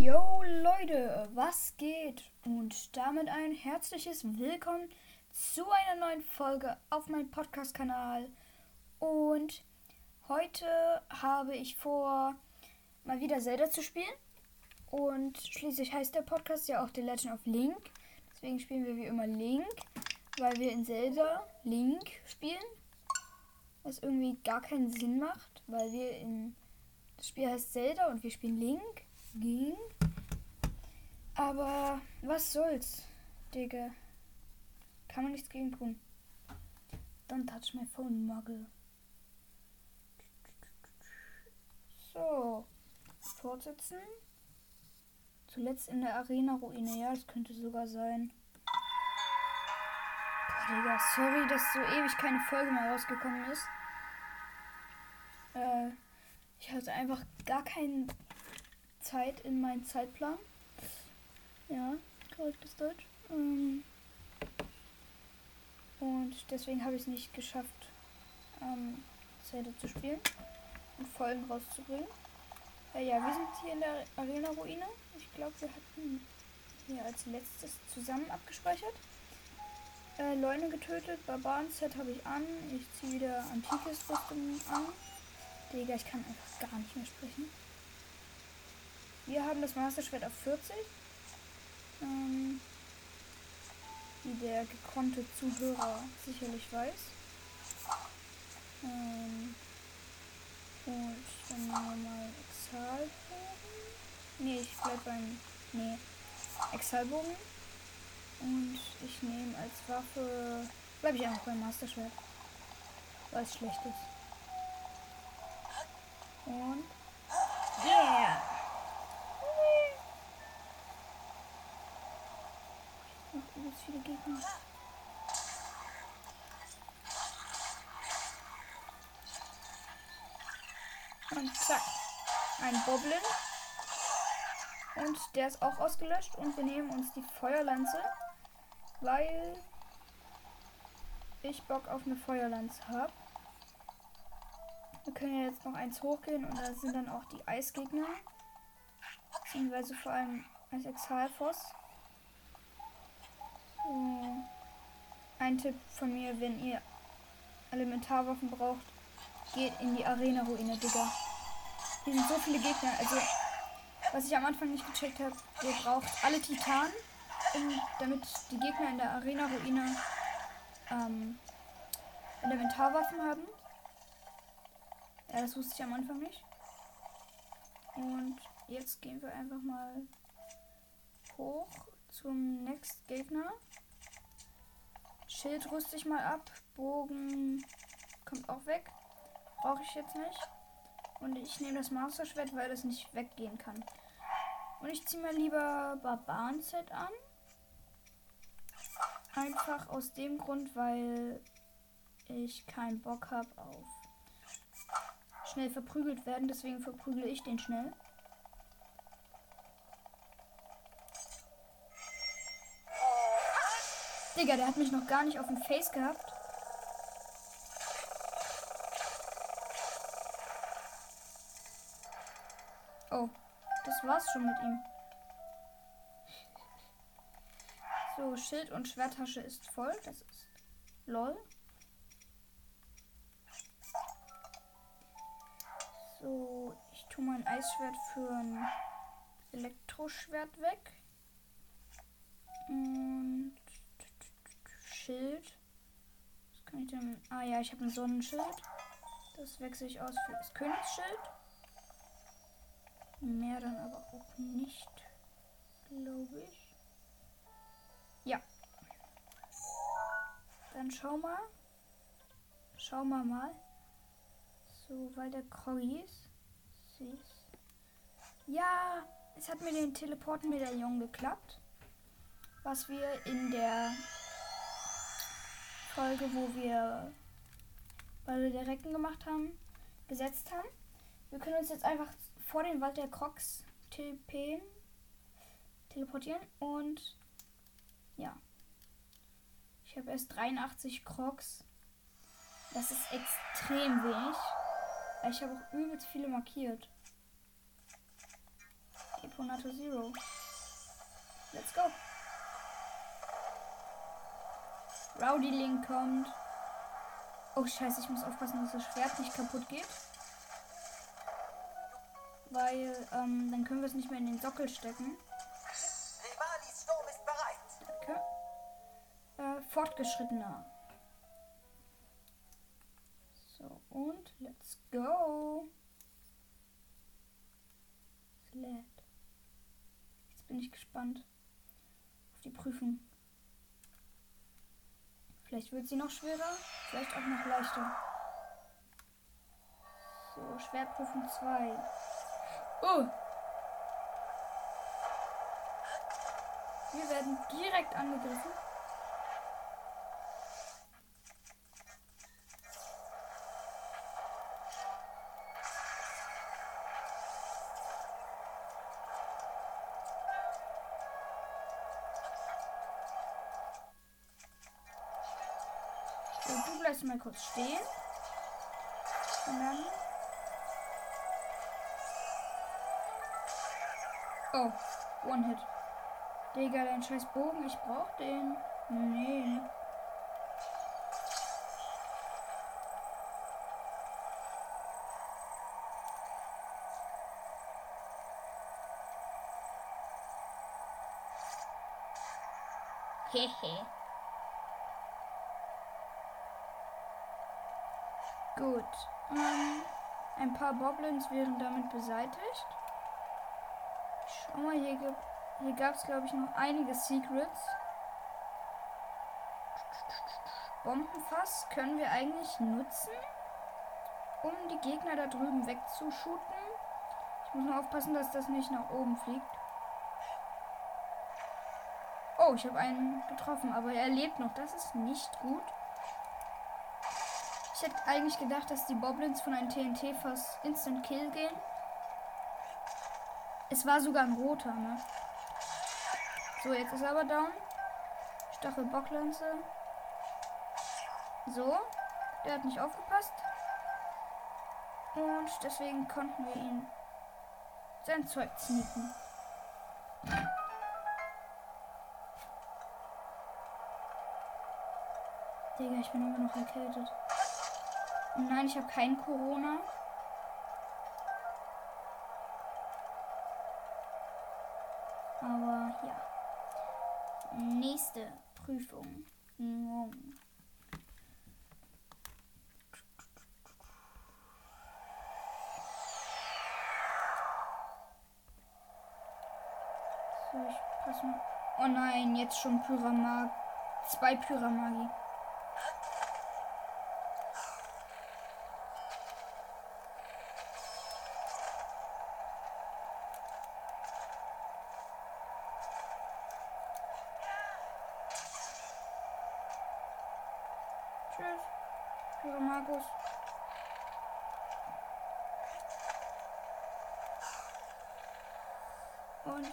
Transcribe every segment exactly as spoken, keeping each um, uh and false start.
Yo Leute, was geht? Und damit ein herzliches Willkommen zu einer neuen Folge auf meinem Podcast-Kanal. Und heute habe ich vor, mal wieder Zelda zu spielen. Und schließlich heißt der Podcast ja auch The Legend of Link. Deswegen spielen wir wie immer Link, weil wir in Zelda Link spielen. Was irgendwie gar keinen Sinn macht, weil wir in... Das Spiel heißt Zelda und wir spielen Link. Ging. Aber was soll's, Digga. Kann man nichts gegen tun. Don't touch my phone, Muggle. So. Fortsetzen. Zuletzt in der Arena-Ruine. Ja, das könnte sogar sein. Boah, Digga, sorry, dass so ewig keine Folge mehr rausgekommen ist. Äh, ich hatte einfach gar keine Zeit in meinen Zeitplan. Ja, korrektes Deutsch. Ähm, und deswegen habe ich es nicht geschafft, ähm, Zelda zu spielen und Folgen rauszubringen. Äh, ja, wir sind hier in der Arena-Ruine. Ich glaube, wir hatten hier als letztes zusammen abgespeichert. Äh, Leune getötet, Barbaren-Set habe ich an. Ich ziehe wieder antikes Rüstung an. Digga, ich kann einfach gar nicht mehr sprechen. Wir haben das Master-Schwert auf vierzig. Ähm, wie der gekonnte Zuhörer sicherlich weiß. Ähm, und dann nehmen wir mal Exalbogen. Nee, ich bleib beim. Nee, Exalbogen. Und ich nehme als Waffe. Bleib ich einfach beim Master-Schwert. Weil es schlecht ist. Und. Yeah! Noch übelst viele Gegner. Und zack. Ein Boblin. Und der ist auch ausgelöscht. Und wir nehmen uns die Feuerlanze. Weil ich Bock auf eine Feuerlanze habe. Wir können ja jetzt noch eins hochgehen. Und da sind dann auch die Eisgegner. Beziehungsweise vor allem als Exalfoss. So. Ein Tipp von mir, wenn ihr Elementarwaffen braucht, geht in die Arena-Ruine, Digga. Hier sind so viele Gegner. Also, was ich am Anfang nicht gecheckt habe, ihr braucht alle Titanen, um, damit die Gegner in der Arena-Ruine ähm, Elementarwaffen haben. Ja, das wusste ich am Anfang nicht. Und jetzt gehen wir einfach mal hoch zum Next Gegner. Schild rüste ich mal ab. Bogen kommt auch weg. Brauche ich jetzt nicht. Und ich nehme das Master-Schwert, weil das nicht weggehen kann. Und ich ziehe mal lieber Barbaren-Set an. Einfach aus dem Grund, weil ich keinen Bock habe auf schnell verprügelt werden. Deswegen verprügle ich den schnell. Digga, der hat mich noch gar nicht auf dem Face gehabt. Oh, das war's schon mit ihm. So, Schild und Schwerttasche ist voll. Das ist lol. So, ich tue mein Eisschwert für ein Elektroschwert weg. Und Schild. Was kann ich denn? Ah ja, ich habe ein Sonnenschild. Das wechsle ich aus für das Königsschild. Mehr dann aber auch nicht, glaube ich. Ja. Dann schau mal. Schau mal mal. So, weil der Kroggy ist. Süß. Ja, es hat mir den Teleport-Medaillon geklappt. Was wir in der Folge, wo wir Balle der Recken gemacht haben, gesetzt haben. Wir können uns jetzt einfach vor den Wald der Crocs TP teleportieren und ja. Ich habe erst dreiundachtzig Crocs. Das ist extrem wenig. Ich habe auch übelst viele markiert. Eponato Zero. Let's go. Rowdy Link kommt. Oh scheiße, ich muss aufpassen, dass das Schwert nicht kaputt geht. Weil, ähm, dann können wir es nicht mehr in den Sockel stecken. Rivalis Sturm ist bereit. Danke. Äh, fortgeschrittener. So, und let's go. Sled. Jetzt bin ich gespannt auf die Prüfung. Vielleicht wird sie noch schwerer, vielleicht auch noch leichter. So, Schwertprüfung zwei. Oh! Wir werden direkt angegriffen. So, du bleibst mal kurz stehen. Und dann... Oh, One-Hit. Digga, dein scheiß Bogen, ich brauch den. Nee. Hehe. Gut. Ähm, ein paar Boblins wären damit beseitigt. Schau mal, hier, gibt, hier gab es, glaube ich, noch einige Secrets. Bombenfass können wir eigentlich nutzen, um die Gegner da drüben wegzuschuten. Ich muss nur aufpassen, dass das nicht nach oben fliegt. Oh, ich habe einen getroffen, aber er lebt noch. Das ist nicht gut. Ich hätte eigentlich gedacht, dass die Boblins von einem T N T-Fass Instant Kill gehen. Es war sogar ein roter, ne? So, jetzt ist er aber down. Stachelbocklanze. So. Der hat nicht aufgepasst. Und deswegen konnten wir ihn sein Zeug sneaken. Digga, ich bin immer noch erkältet. Nein, ich habe kein Corona. Aber ja. Nächste Prüfung. So, ich passe mal. Oh nein, jetzt schon Pyramag. Zwei Pyramagi. Tschüss. Pyramagos. Und.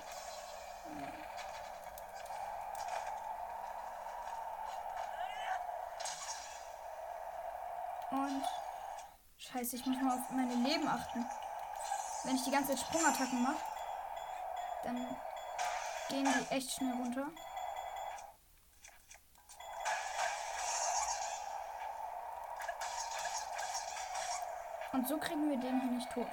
Und. Scheiße, ich muss mal auf meine Leben achten. Wenn ich die ganze Zeit Sprungattacken mache, dann gehen die echt schnell runter. Und so kriegen wir den hier nicht tot.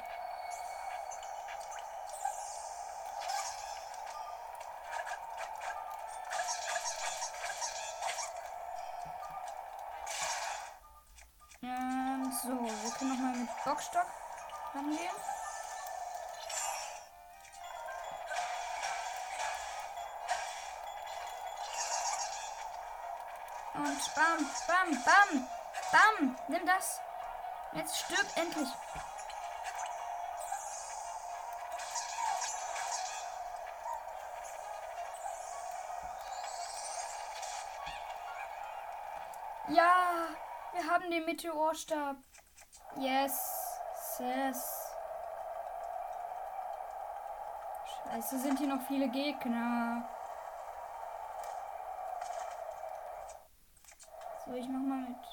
Ähm, so, wir können nochmal mit Bockstock rangehen. Und bam, bam, bam, bam, nimm das. Jetzt stirb endlich. Ja, wir haben den Meteorstab. Yes, yes. Scheiße, sind hier noch viele Gegner. So, ich mach mal mit.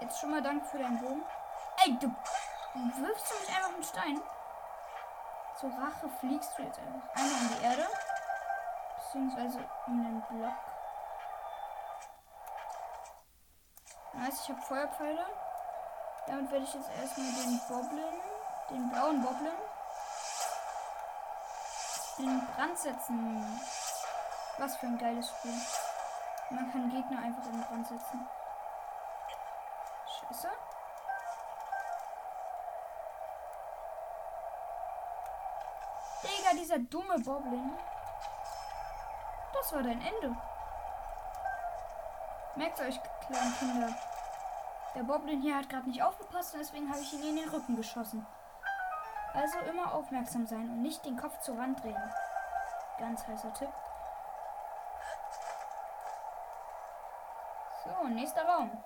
Jetzt schon mal danke für deinen Bogen. Ey, du wirfst du mich einfach einen Stein? Zur Rache fliegst du jetzt einfach einmal in die Erde. Beziehungsweise in den Block. Nice, ich habe Feuerpfeile. Damit werde ich jetzt erstmal den Boblin, den blauen Boblin, in Brand setzen. Was für ein geiles Spiel. Man kann Gegner einfach in Brand setzen. Scheiße. Digga, dieser dumme Boblin. Das war dein Ende. Merkt euch, kleinen Kinder. Der Boblin hier hat gerade nicht aufgepasst und deswegen habe ich ihn in den Rücken geschossen. Also immer aufmerksam sein und nicht den Kopf zur Wand drehen. Ganz heißer Tipp. So, nächster Raum.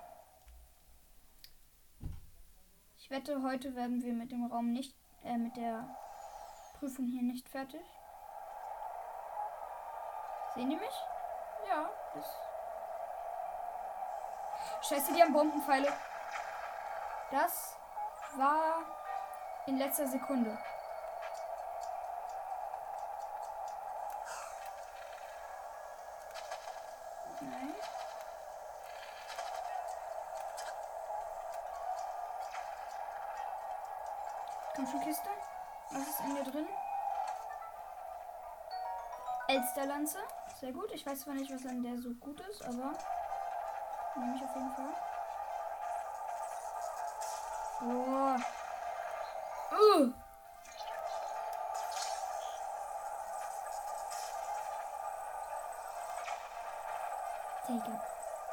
Ich wette, heute werden wir mit dem Raum nicht, äh, mit der Prüfung hier nicht fertig. Sehen die mich? Ja, das. Scheiße, die haben Bombenpfeile. Das war in letzter Sekunde. Nein. Komm schon, Kiste. Was ist in dir drin? Elsterlanze. Sehr gut. Ich weiß zwar nicht, was an der so gut ist, aber nehme ich auf jeden Fall. Oh. Uh. Digga.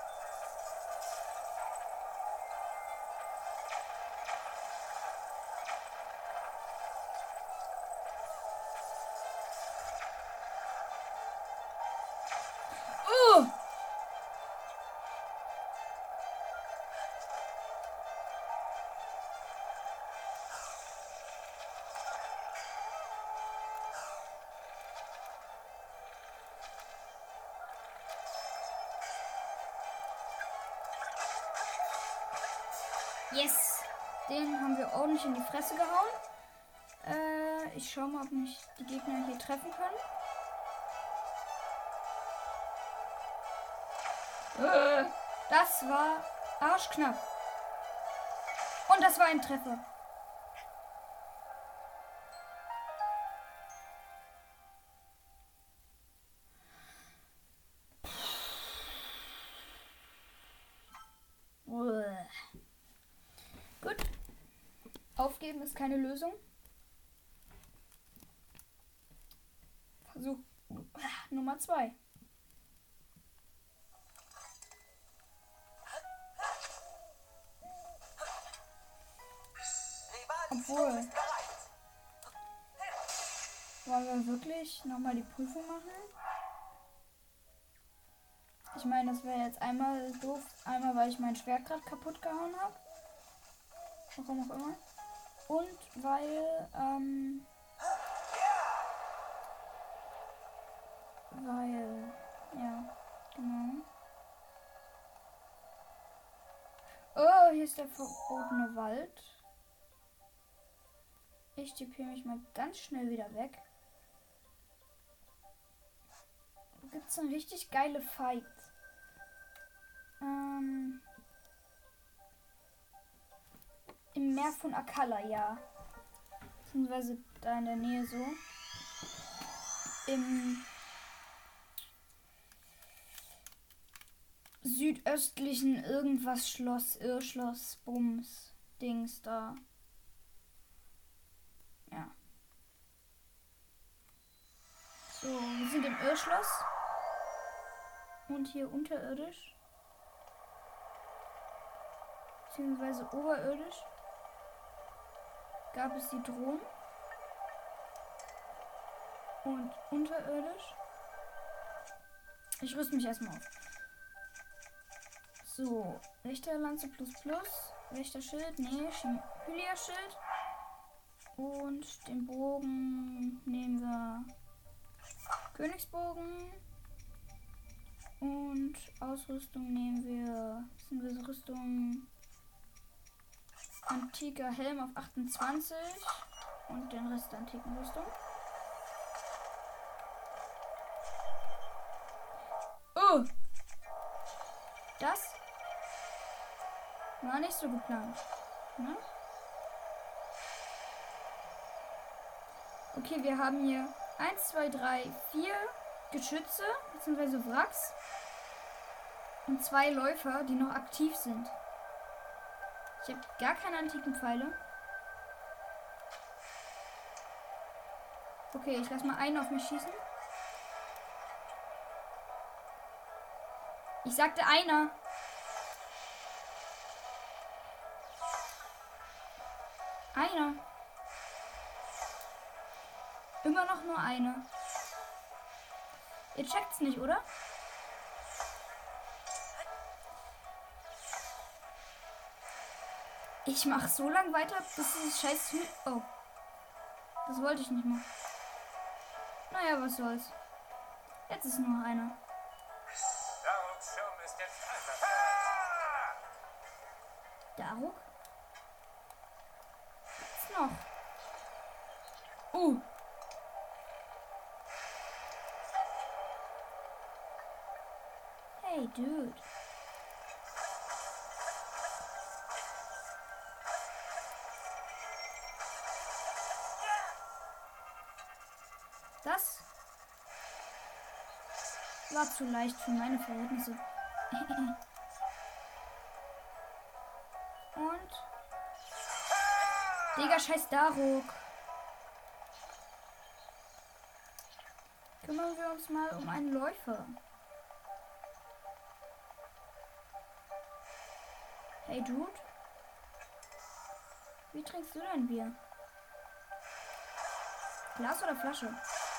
Yes! Den haben wir ordentlich in die Fresse gehauen. Äh, ich schaue mal, ob mich die Gegner hier treffen können. Äh, das war arschknapp. Und das war ein Treffer. Gut. Aufgeben ist keine Lösung. Versuch Nummer zwei. Obwohl. Wollen wir wirklich nochmal die Prüfung machen? Ich meine, das wäre jetzt einmal doof. Einmal, weil ich mein Schwert gerade kaputt gehauen habe. Warum auch immer. Und weil, ähm... Weil... Ja, genau. Oh, hier ist der verbotene Wald. Ich tippe mich mal ganz schnell wieder weg. Gibt es eine richtig geile Fight? Ähm... Im Meer von Akala, ja. Beziehungsweise da in der Nähe so. Im südöstlichen irgendwas Schloss, Irrschloss, Bums, Dings da. Ja. So, wir sind im Irrschloss. Und hier unterirdisch. Beziehungsweise oberirdisch. Gab es die Drohnen. Und unterirdisch. Ich rüste mich erstmal auf. So, Wächterlanze plus plus. Wächterschild, nee, Hylia-Schild. Und den Bogen nehmen wir Königsbogen. Und Ausrüstung nehmen wir, beziehungsweise Rüstung Antiker Helm auf achtundzwanzig und den Rest der antiken Rüstung. Oh! Das war nicht so geplant. Ne? Okay, wir haben hier eins, zwei, drei, vier Geschütze bzw. Wracks und zwei Läufer, die noch aktiv sind. Ich habe gar keine antiken Pfeile. Okay, ich lasse mal einen auf mich schießen. Ich sagte einer. Einer. Immer noch nur eine. Ihr checkt's nicht, oder? Ich mach so lange weiter, bis dieses scheiß Hü Oh. Das wollte ich nicht mehr. Naja, was soll's. Jetzt ist nur einer. Daruks Schirm ist jetzt einfach. Daruk? Gibt's noch? Uh. Hey, Dude. Das war zu leicht für meine Verhältnisse. Und Digga, scheiß Daruk. Kümmern wir uns mal um einen Läufer. Hey Dude. Wie trinkst du dein Bier? Glas oder Flasche?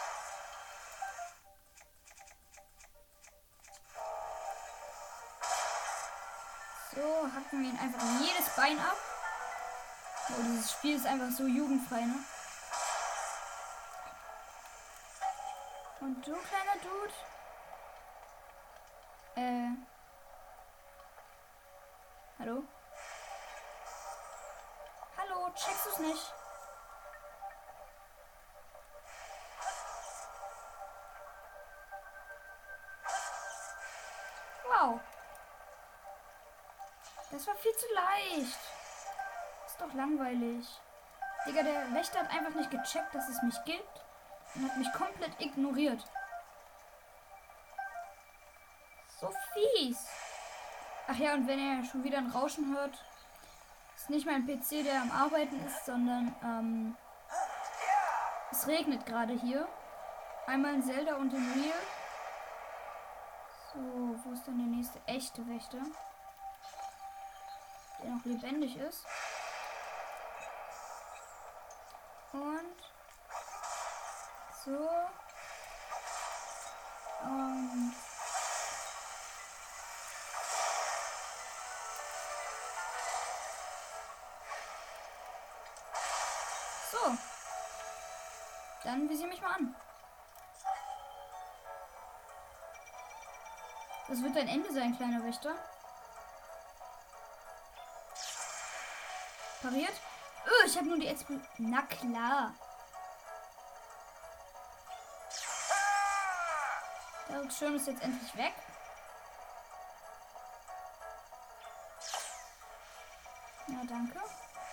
So, hacken wir ihn einfach jedes Bein ab. Oh, dieses Spiel ist einfach so jugendfrei, ne? Und du, kleiner Dude? Äh. Hallo? Hallo, checkst du's nicht? Wow. Das war viel zu leicht. Ist doch langweilig. Digga, der Wächter hat einfach nicht gecheckt, dass es mich gibt. Und hat mich komplett ignoriert. So fies. Ach ja, und wenn ihr schon wieder ein Rauschen hört, ist nicht mein P C, der am Arbeiten ist, sondern ähm, es regnet gerade hier. Einmal in Zelda und in Real. So, wo ist denn der nächste echte Wächter? Der noch lebendig ist. Und so. Und so. Dann visier mich mal an. Das wird dein Ende sein, kleiner Wächter. Pariert. Oh, ich habe nur die Explosion. Na klar. Der Schirm ist jetzt endlich weg. Ja, danke.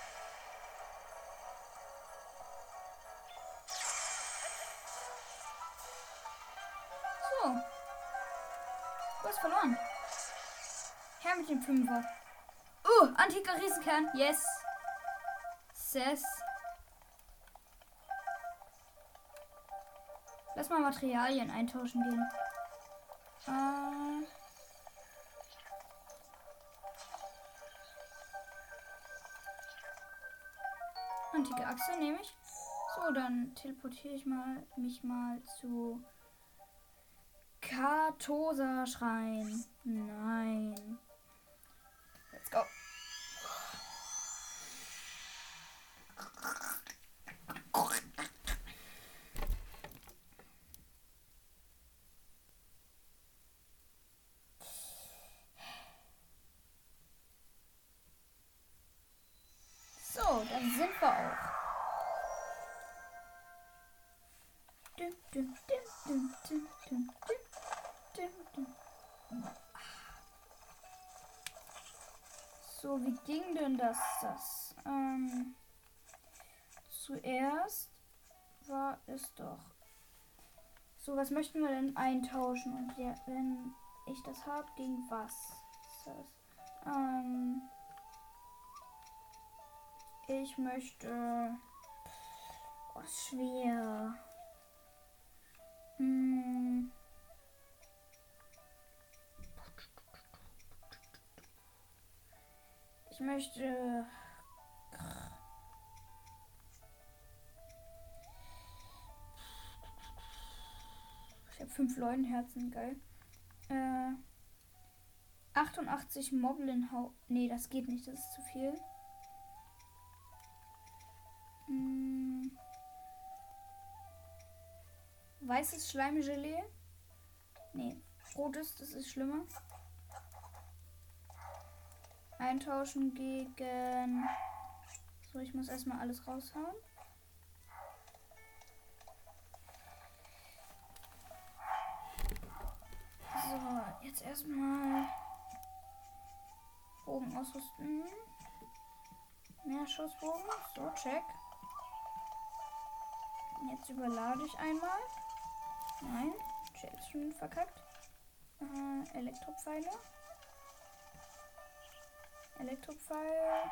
So. Du hast verloren. Her mit dem Fünfer. Oh, antiker Riesenkern. Yes. Yes. Lass mal Materialien eintauschen gehen. Äh Antike Achse nehme ich. So, dann teleportiere ich mal mich mal zu Kartosa Schrein. Nein. Let's go. Das sind wir auch. Dum, dum, dum, dum, dum, dum, dum, dum. So, wie ging denn das? das? Ähm, zuerst war es doch. So, was möchten wir denn eintauschen? Und ja, wenn ich das habe, gegen was ist das? Ähm, ich möchte. Oh, schwer. Hm. Ich möchte. Ich habe fünf Leuenherzen, geil. Äh, achtundachtzig Moblin Hau. Nee, das geht nicht, das ist zu viel. Hm. Weißes Schleimgelee? Nee, rotes, das ist schlimmer. Eintauschen gegen. So, ich muss erstmal alles raushauen. So, jetzt erstmal Bogen ausrüsten. Mehr Schussbogen. So, check. Jetzt überlade ich einmal. Nein, jetzt schon verkackt. Äh, Elektropfeile. Elektropfeil.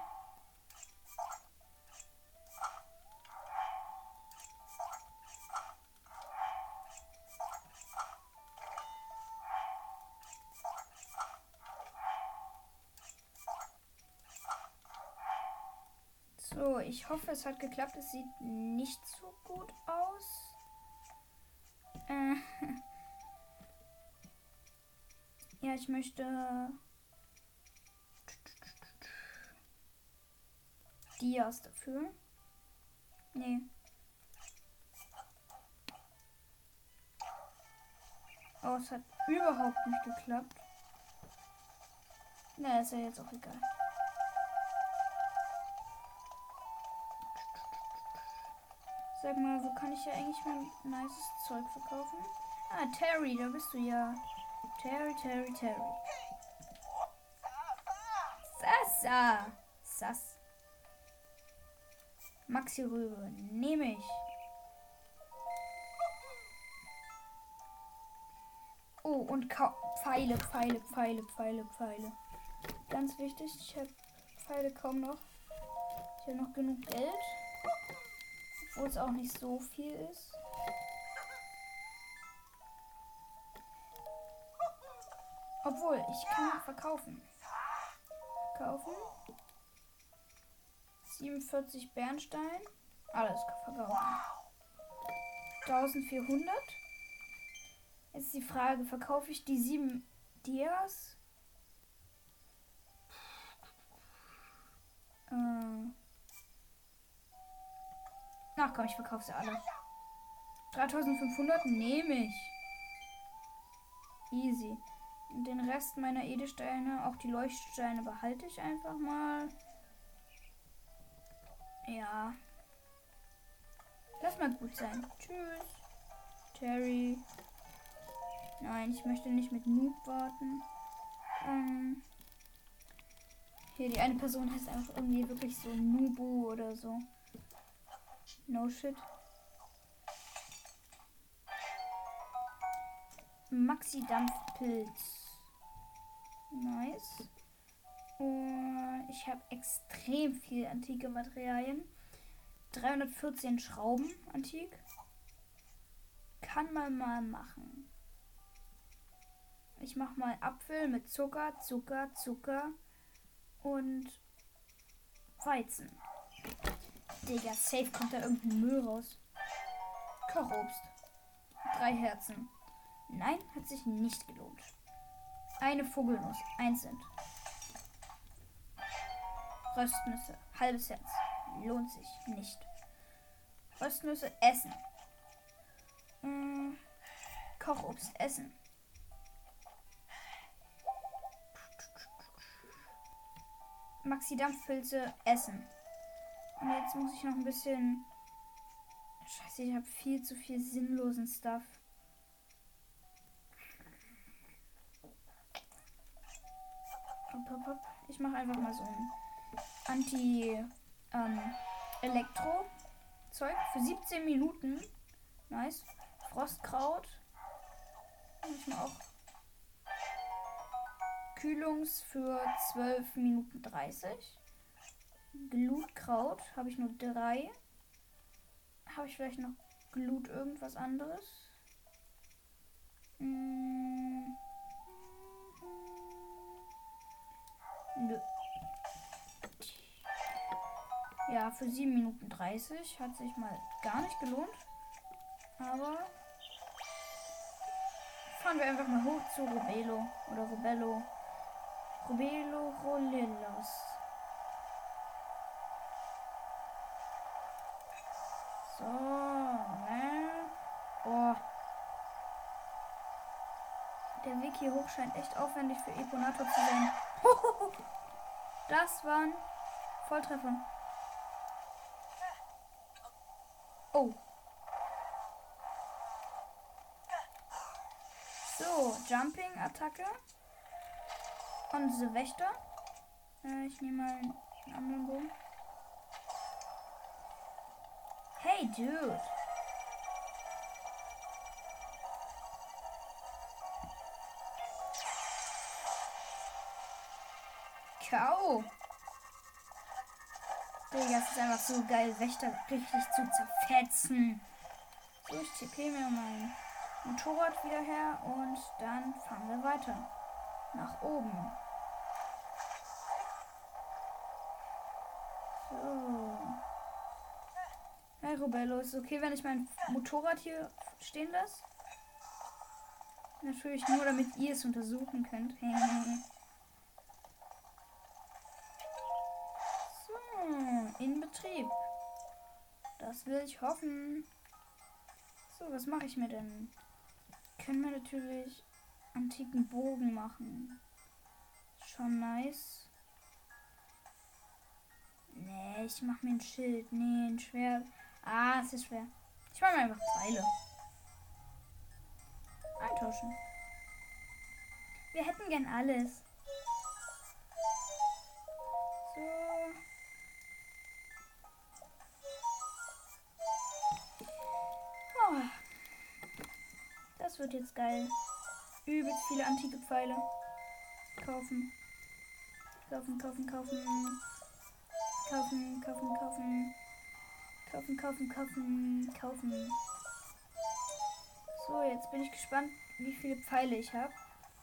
So, ich hoffe, es hat geklappt. Es sieht nicht so gut aus. Äh, ja, ich möchte Dias dafür. Nee. Oh, es hat überhaupt nicht geklappt. Na, ist ja jetzt auch egal. Sag mal, wo kann ich ja eigentlich mein nices Zeug verkaufen? Ah, Terry, da bist du ja. Terry, Terry, Terry. Sasa. Sass. Maxi Rübe. Nehme ich. Oh, und Ka Pfeile, Pfeile, Pfeile, Pfeile, Pfeile. Ganz wichtig, ich habe Pfeile kaum noch. Ich habe noch genug Geld. Obwohl es auch nicht so viel ist. Obwohl, ich kann verkaufen. Verkaufen. siebenundvierzig Bernstein. Alles verkaufen. eintausendvierhundert. Jetzt ist die Frage, verkaufe ich die sieben Dias? Äh. Ach komm, ich verkaufe sie alle. dreitausendfünfhundert nehme ich. Easy. Und den Rest meiner Edelsteine, auch die Leuchtsteine, behalte ich einfach mal. Ja. Lass mal gut sein. Tschüss. Terry. Nein, ich möchte nicht mit Noob warten. Ähm. Hier, die eine Person heißt einfach irgendwie wirklich so Nubu oder so. No shit. Maxi Dampfpilz. Nice. Und ich habe extrem viel antike Materialien. dreihundertvierzehn Schrauben antik. Kann man mal machen. Ich mache mal Apfel mit Zucker, Zucker, Zucker und Weizen. Digga, safe kommt da irgendein Müll raus. Kochobst. Drei Herzen. Nein, hat sich nicht gelohnt. Eine Vogelnuss. Eins Cent. Röstnüsse. Halbes Herz. Lohnt sich nicht. Röstnüsse essen. Hm. Kochobst essen. Maxi Dampfpilze essen. Und jetzt muss ich noch ein bisschen... Scheiße, ich habe viel zu viel sinnlosen Stuff. Hopp, hopp, hopp. Ich mache einfach mal so ein Anti-Elektro-Zeug für siebzehn Minuten. Nice. Frostkraut. Ich mache auch Kühlungs für zwölf Minuten dreißig. Glutkraut habe ich nur drei. Habe ich vielleicht noch Glut irgendwas anderes? Hm. Nö. Ja, für sieben Minuten dreißig hat sich mal gar nicht gelohnt. Aber fahren wir einfach mal hoch zu Rubelo oder Rubello. Rubelo Rolillos. So, ne? Boah. Der Weg hier hoch scheint echt aufwendig für Eponator zu sein. Das waren Volltreffer. Oh. So, Jumping-Attacke. Und diese Wächter. Äh, ich nehme mal einen anderen Bogen. Hey, Dude. Kau. Digga, es ist einfach so geil, Wächter richtig zu zerfetzen. So, ich T P mir mein Motorrad wieder her und dann fahren wir weiter. Nach oben. So. Hey Rubello, ist es okay, wenn ich mein Motorrad hier stehen lasse? Natürlich nur, damit ihr es untersuchen könnt. So, in Betrieb. Das will ich hoffen. So, was mache ich mir denn? Können wir natürlich antiken Bogen machen. Schon nice. Nee, ich mache mir ein Schild. Nee, ein Schwert. Ah, es ist schwer. Ich mache mir einfach Pfeile. Eintauschen. Wir hätten gern alles. So. Oh. Das wird jetzt geil. Übelst viele antike Pfeile. Kaufen. Kaufen, kaufen, kaufen. Kaufen, kaufen, kaufen. Kaufen, kaufen, kaufen, kaufen. So, jetzt bin ich gespannt, wie viele Pfeile ich habe.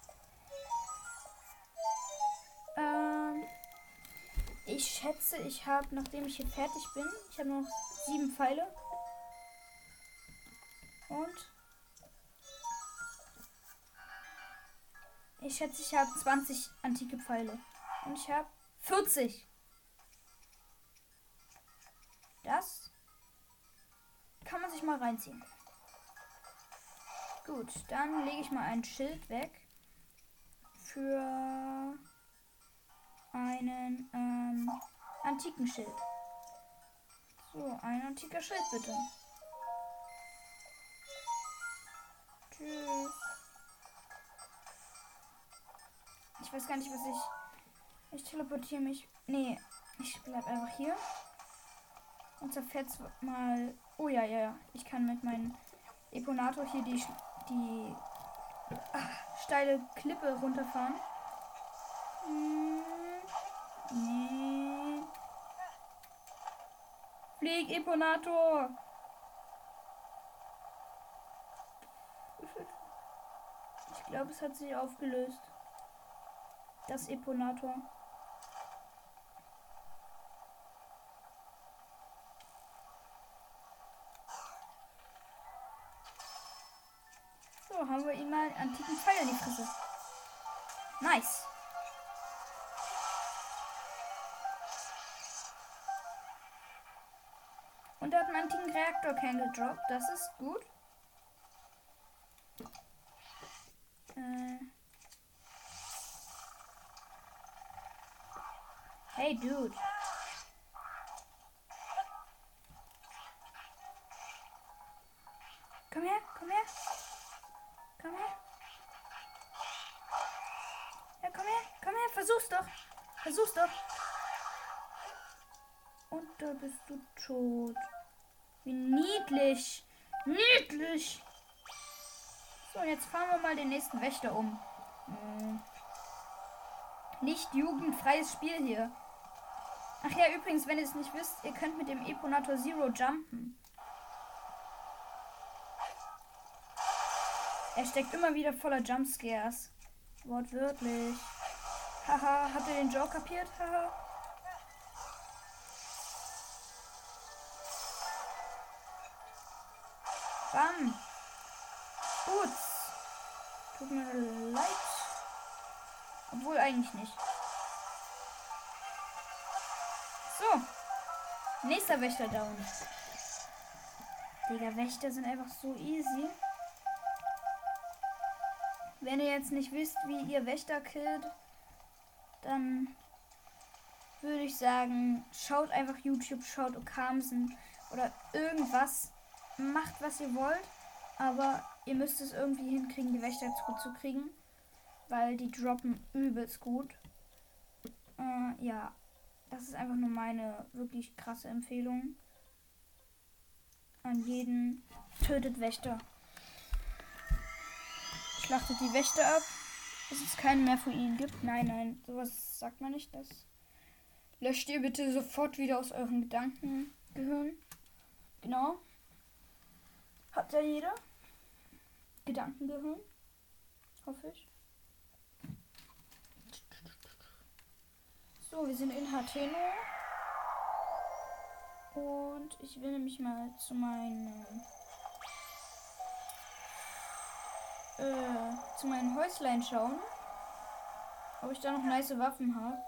Ähm, ich schätze, ich habe, nachdem ich hier fertig bin, ich habe noch sieben Pfeile. Und ich schätze, ich habe zwanzig antike Pfeile. Und ich habe vierzig. Das kann man sich mal reinziehen. Gut, dann lege ich mal ein Schild weg. Für einen ähm, antiken Schild. So, ein antiker Schild bitte. Tschüss. Ich weiß gar nicht, was ich... Ich teleportiere mich... Nee, ich bleib einfach hier. Und zerfetzt mal... Oh ja, ja, ja. Ich kann mit meinem Eponator hier die, die ach, steile Klippe runterfahren. Hm, nee. Flieg, Eponator! Ich glaube, es hat sich aufgelöst. Das Eponator. So, haben wir ihm mal einen antiken Pfeil in die Fresse. Nice. Und er hat einen antiken Reaktorkern gedroppt. Das ist gut. Äh. Hey, Dude. komm her. Komm her. Ja, komm her, komm her, versuch's doch. Versuch's doch. Und da bist du tot. Wie niedlich. Niedlich. So, und jetzt fahren wir mal den nächsten Wächter um. Hm. Nicht jugendfreies Spiel hier. Ach ja, übrigens, wenn ihr es nicht wisst, ihr könnt mit dem Eponator Zero jumpen. Er steckt immer wieder voller Jumpscares. Wortwörtlich. Haha, habt ihr den Joke kapiert? Haha. Bam. Gut. Tut mir leid. Obwohl eigentlich nicht. So. Nächster Wächter down. Digga, Wächter sind einfach so easy. Wenn ihr jetzt nicht wisst, wie ihr Wächter killt, dann würde ich sagen, schaut einfach YouTube, schaut Okamsen oder irgendwas. Macht, was ihr wollt, aber ihr müsst es irgendwie hinkriegen, die Wächter zurückzukriegen, weil die droppen übelst gut. Äh, ja, das ist einfach nur meine wirklich krasse Empfehlung an jeden. Tötet Wächter. Schlachtet die Wächter ab, dass es keinen mehr von ihnen gibt. Nein, nein, sowas sagt man nicht. Das löscht ihr bitte sofort wieder aus euren Gedankengehirn. Genau. Hat ja jeder. Gedankengehirn. Hoffe ich. So, wir sind in Hateno. Und ich will nämlich mal zu meinem äh, zu meinen Häuslein schauen. Ob ich da noch nice Waffen habe.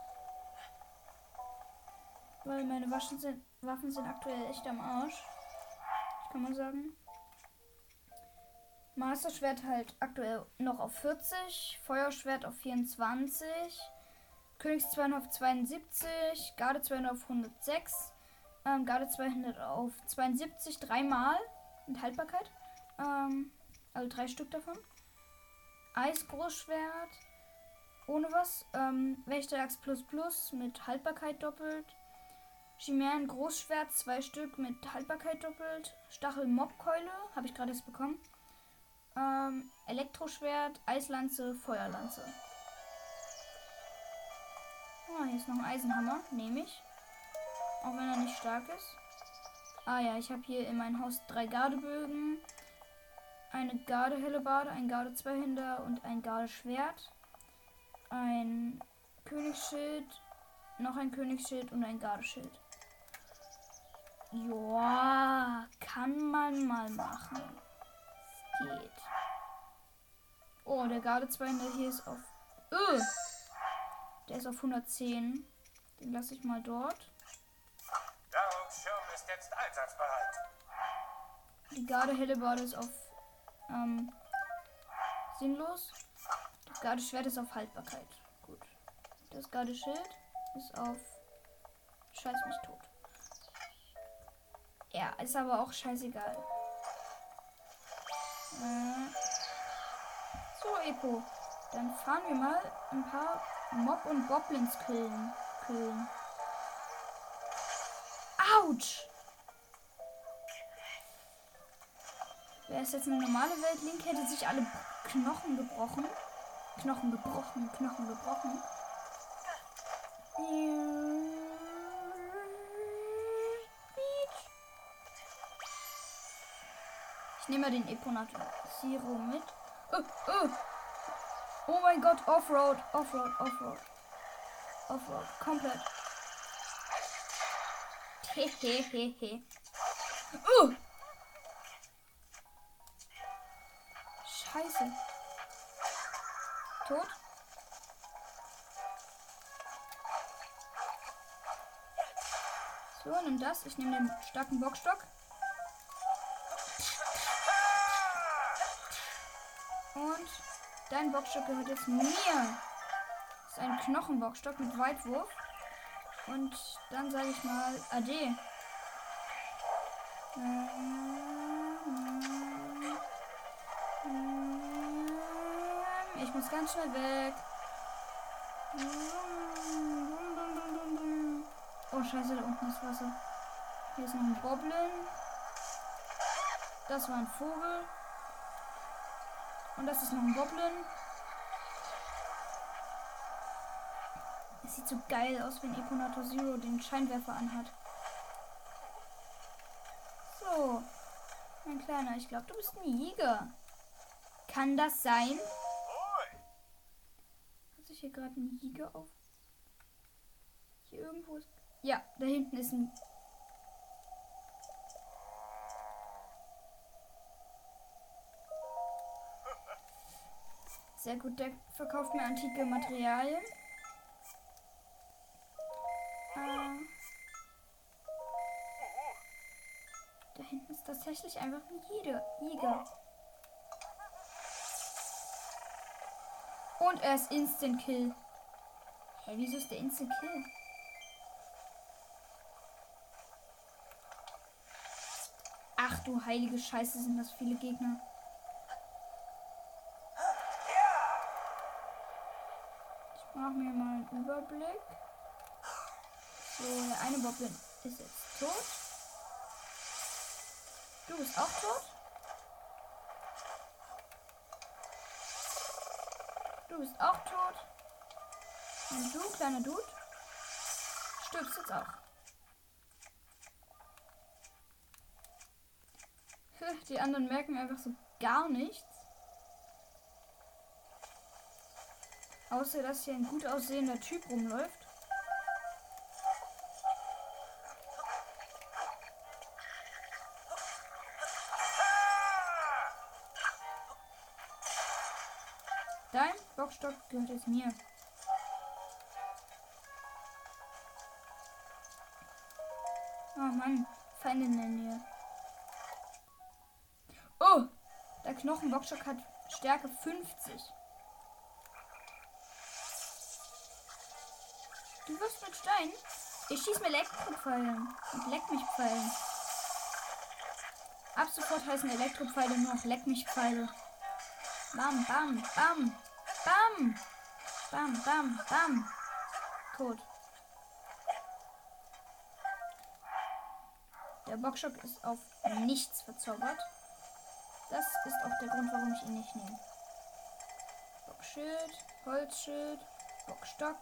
Weil meine Waffen sind, Waffen sind aktuell echt am Arsch. Kann man sagen. Masterschwert halt aktuell noch auf vierzig, Feuerschwert auf vierundzwanzig, Königszweihundert auf zweiundsiebzig, Garde zweihundert auf hundertsechs, ähm, Garde zweihundert auf zweiundsiebzig, dreimal mit Haltbarkeit, ähm, also drei Stück davon. Eisgroßschwert, ohne was, ähm, Wächterachs plus plus mit Haltbarkeit doppelt, Chimären Großschwert, zwei Stück mit Haltbarkeit doppelt, Stachel Mobkeule, habe ich gerade jetzt bekommen. Ähm, Elektroschwert, Eislanze, Feuerlanze. Oh, hier ist noch ein Eisenhammer, nehme ich. Auch wenn er nicht stark ist. Ah ja, ich habe hier in meinem Haus drei Gardebögen, eine Gardehellebarde, ein Garde Zweihänder und ein Gardeschwert. Ein Königsschild, noch ein Königsschild und ein Gardeschild. Joa, kann man mal machen. Es geht. Oh, der Garde zweihundert hier ist auf... Uh, der ist auf hundertzehn. Den lasse ich mal dort. Nahrungsschirm ist jetzt einsatzbereit. Die Garde-Hellebarde ist auf ähm, sinnlos. Das Gardeschwert ist auf Haltbarkeit. Gut. Das Gardeschild ist auf Scheiß mich tot. Ja, ist aber auch scheißegal. Äh, so, Epo. Dann fahren wir mal ein paar Mob und Goblins killen. killen. Autsch! Wäre es jetzt eine normale Welt, Link hätte sich alle Knochen gebrochen. Knochen gebrochen, Knochen gebrochen. Ich nehme mal den Eponator Zero mit. Oh, oh. Oh mein Gott, Offroad, Offroad, Offroad. Offroad, komplett. Hehehehe. Uh. Scheiße. Tot? So, nimm das. Ich nehme den starken Bockstock. Und dein Bockstock gehört jetzt mir. Das ist ein Knochenbockstock mit Weitwurf. Und dann sage ich mal Ade. muss ganz schnell weg. Oh, scheiße, da unten ist Wasser. Hier ist noch ein Goblin. Das war ein Vogel. Und das ist noch ein Goblin. Es sieht so geil aus, wenn Eponator Zero den Scheinwerfer anhat. So. Mein Kleiner, ich glaube, du bist ein Jäger. Kann das sein? Hat sich hier gerade ein Jäger auf? Hier irgendwo ist... Ja, da hinten ist ein... Sehr gut, der verkauft mir antike Materialien. Äh, da hinten ist tatsächlich einfach ein Jäger. Und er ist Instant Kill. Hä, hey, wieso ist der Instant Kill? Ach du heilige Scheiße, sind das viele Gegner. Ich mache mir mal einen Überblick. So, der eine Goblin ist jetzt tot. Du bist auch tot. Du bist auch tot. Und du, kleiner Dude, stirbst jetzt auch. Die anderen merken einfach so gar nichts. Außer, dass hier ein gut aussehender Typ rumläuft. Dein Bockstock gehört jetzt mir. Oh Mann, Feinde in der Nähe. Oh, der Knochenbockstock hat Stärke fünfzig. Du wirst mit Stein? Ich schieß mir Elektropfeilen und leck mich Pfeilen. Ab sofort heißen Elektropfeile nur noch Leck mich Pfeile. Bam, bam, bam, bam, bam, bam, bam. Tot. Der Bockstock ist auf nichts verzaubert. Das ist auch der Grund, warum ich ihn nicht nehme. Bockschild, Holzschild, Bockstock.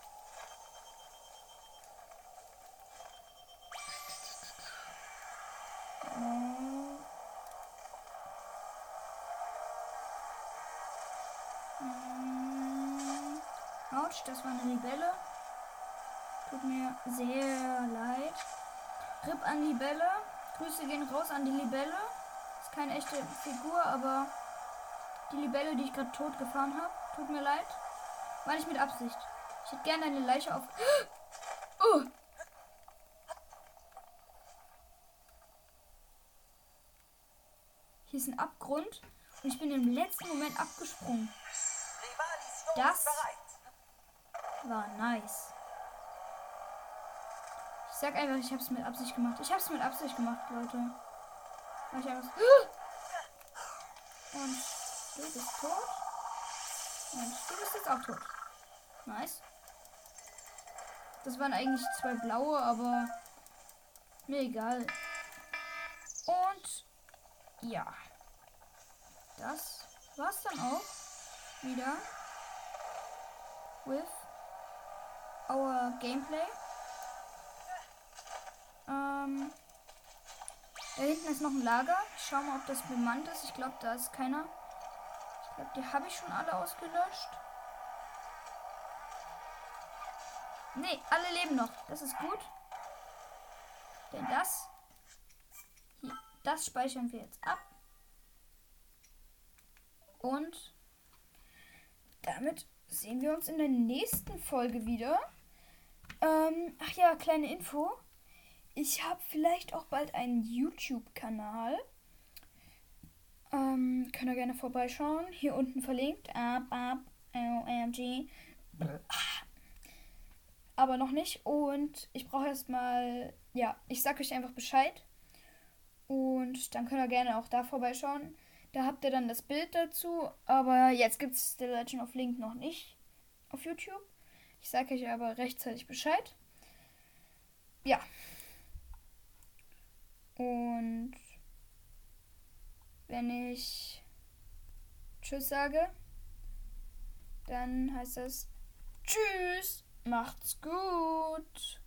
Autsch, das war eine Libelle. Tut mir sehr leid. R I P an Libelle. Grüße gehen raus an die Libelle. Ist keine echte Figur, aber die Libelle, die ich gerade tot gefahren habe. Tut mir leid. War nicht mit Absicht. Ich hätte gerne eine Leiche auf... Oh! Hier ist ein Abgrund und ich bin im letzten Moment abgesprungen. Das war nice. Ich sag einfach, ich hab's mit Absicht gemacht. Ich hab's mit Absicht gemacht, Leute. Mach ich einfach so. Und du bist tot. Und du bist jetzt auch tot. Nice. Das waren eigentlich zwei blaue, aber mir egal. Und ja. Das war's dann auch wieder with our Gameplay. Ähm, da hinten ist noch ein Lager. Ich schau mal, ob das bemannt ist. Ich glaube, da ist keiner. Ich glaube, die habe ich schon alle ausgelöscht. Nee, alle leben noch. Das ist gut. Denn das hier, das speichern wir jetzt ab. Und damit sehen wir uns in der nächsten Folge wieder. Ähm, ach ja, kleine Info. Ich habe vielleicht auch bald einen YouTube-Kanal. Ähm, könnt ihr gerne vorbeischauen. Hier unten verlinkt. Ab, ab, O M G. Aber noch nicht. Und ich brauche erstmal, ja, ich sag euch einfach Bescheid. Und dann könnt ihr gerne auch da vorbeischauen. Da habt ihr dann das Bild dazu. Aber jetzt gibt es The Legend of Link noch nicht auf YouTube. Ich sage euch aber rechtzeitig Bescheid. Ja. Und wenn ich Tschüss sage, dann heißt das Tschüss, macht's gut.